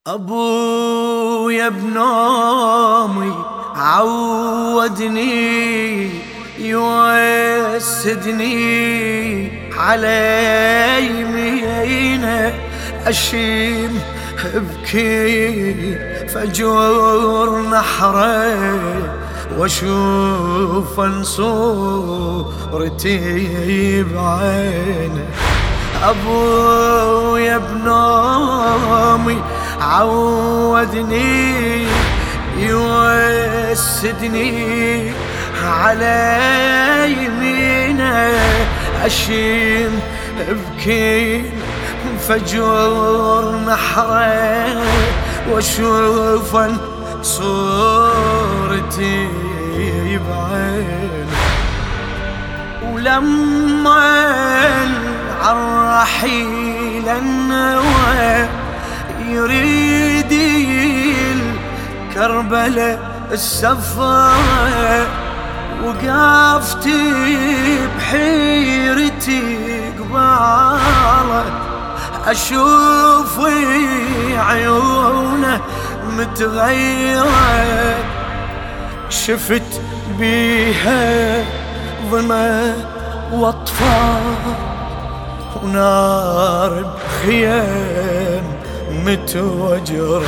أبويا بنومي عودني يوسدني على يمينه أشيم ابكي فجور نحره واشوف صورتي بعينه. أبويا بنومي عودني يوسدني على يمينه أشيم ابكي فجور نحره واشوف صورتي بعينه. ولما عالرحيل النوى يريد الكربلة السفرة وقفتي بحيرتي قباله أشوف عيونه متغيرة شفت بيها ظما واطفال ونار بخيام متوجرة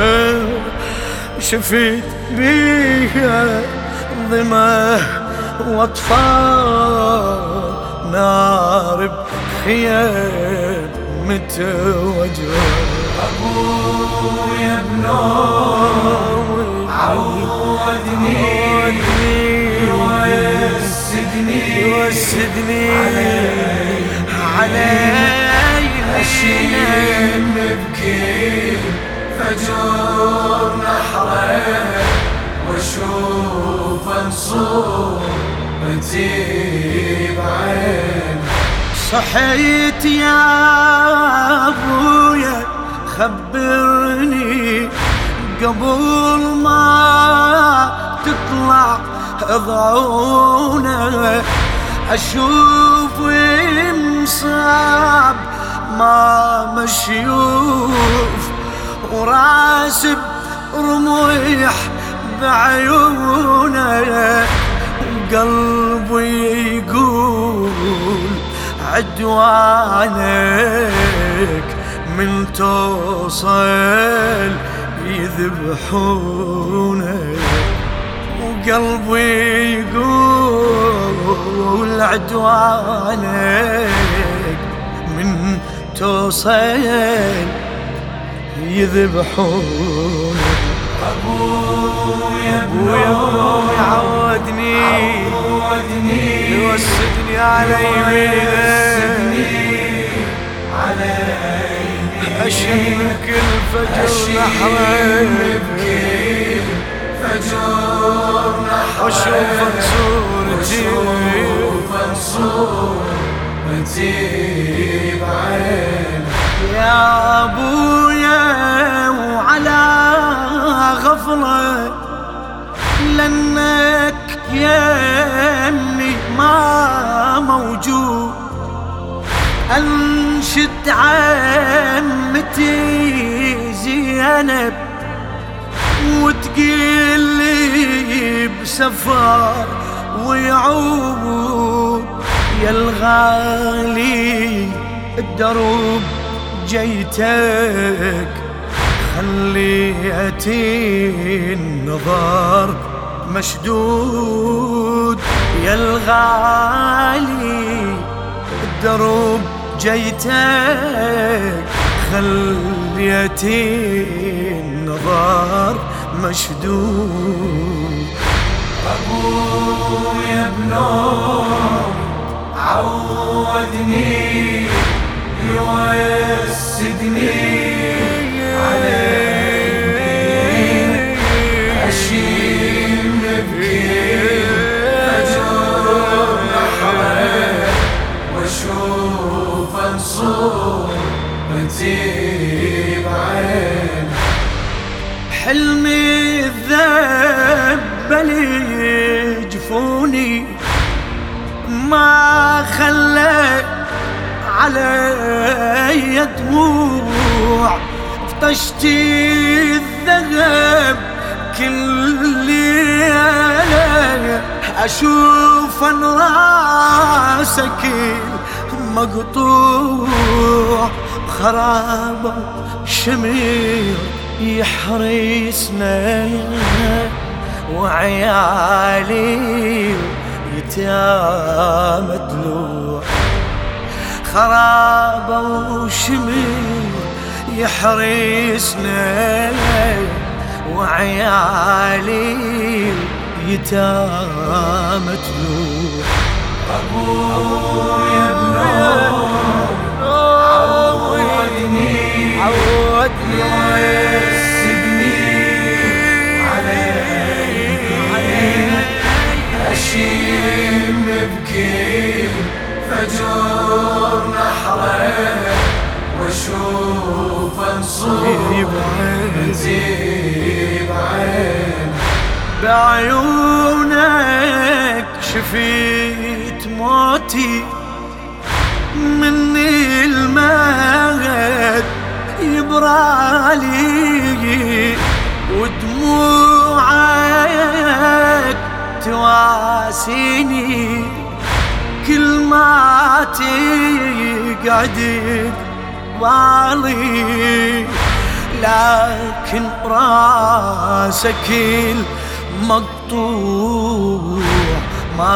شفت بيها ظما واطفال نار بخيام متوجرة. أبويا بنومي عودني يوسدني على أشيم نبكي فجور نحره واشوف صورتي بعين. صحيت يا أبويا خبرني قبل ما تطلع ضعونه أشوف مصاب ما مشيوف وراسب رميح بعيونه قلبي يقول عدوانك من توصل يذبحونك وقلبي يقول عدوانك من توصل يذبحونك. أبويا بنومي عودني يوسدني على يمينه أشم كل فجر نحره واشوف صورتي بعين. يا أبويا وعلى غفلة لأنك يمي ما موجود أنشد عمتي زينب وتقيل لي بسفر ويعود يا الغالي الدروب جيتك خليتي النظر مشدود يا الغالي الدروب جيتك خليتي النظر مشدود. أبويا بنومي عودني يوسدني على يمينه أشيم نبكي فجور نحره واشوف صورتي بعين. حلمي الذب لي جفوني ما خلى علي دموع طشتي الذهب كل ليلة أشوف أن راسك مقطوع خرابة شمير يحرسنا وعيالي يتامى دلوع خرابة وشمير يحرسنا وعيالي يتامى دلوع أبويا بنور عودني ويسقني عليك أشيم نبكي فجور نحره واشوف انصور نزيب عين بعيونك شفيت موتي من المهد يبرالي ودموعك تواسيني كل ما تقعد بالي لكن راسك المقطوع ما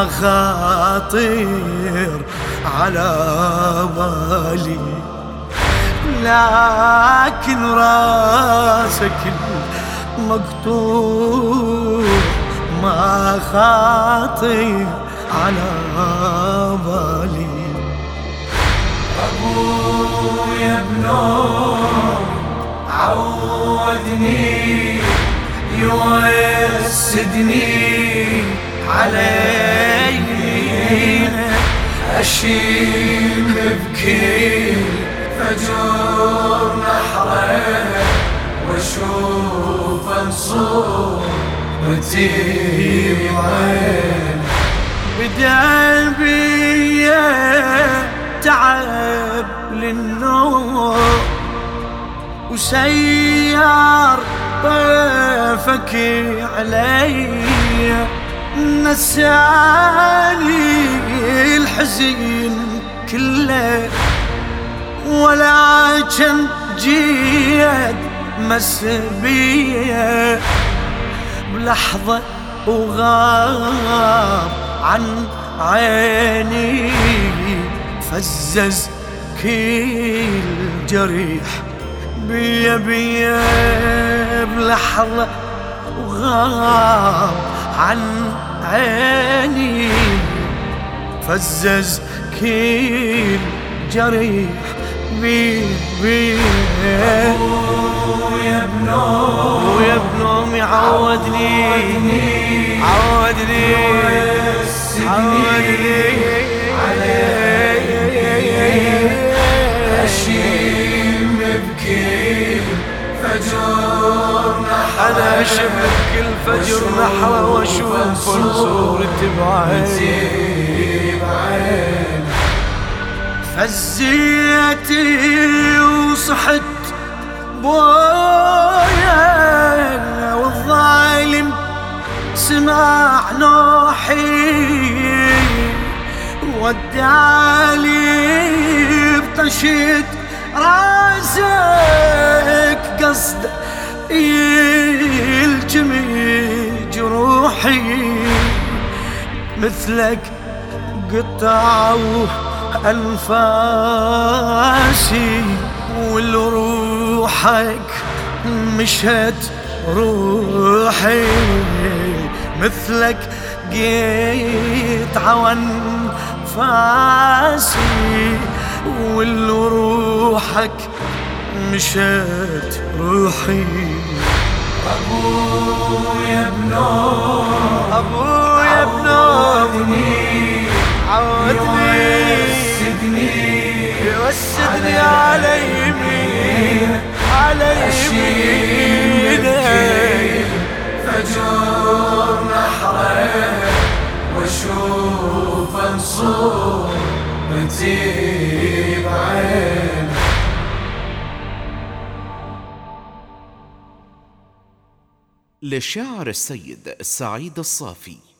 خاطر على بالي لكن راسك المقطوع ما خاطر على بالي أبويا بنور عودني يوسدني علينا أشيم بكي فجور نحره واشوف انصور وتجيب عين بدأ بي تعب للنور وسيار طيفك علي نساني الحزين كله ولا كان جيد مس بيه بلحظة وغاب عن عيني فزز كل جريح بيا بلحظة وغاب عن عيني فزز كل جريح ويا بنوم عودني أشيم بكي فجور نحره أنا أشبك كل فجر نحره وأشوف صورتي بعين فزيتي وصحت بويا والظالم سمع نوحي ودالي بطشت راسك قصد يلجمي جروحي مثلك قطعوا أنفاسي والروحك مشت روحي مثلك قطعوا أنفاسي والروحك مشت روحي أبويا بنور عودني يوسدني على يمين فجور نحره واشوف انصور بتجيب عين للشاعر السيد سعيد الصافي.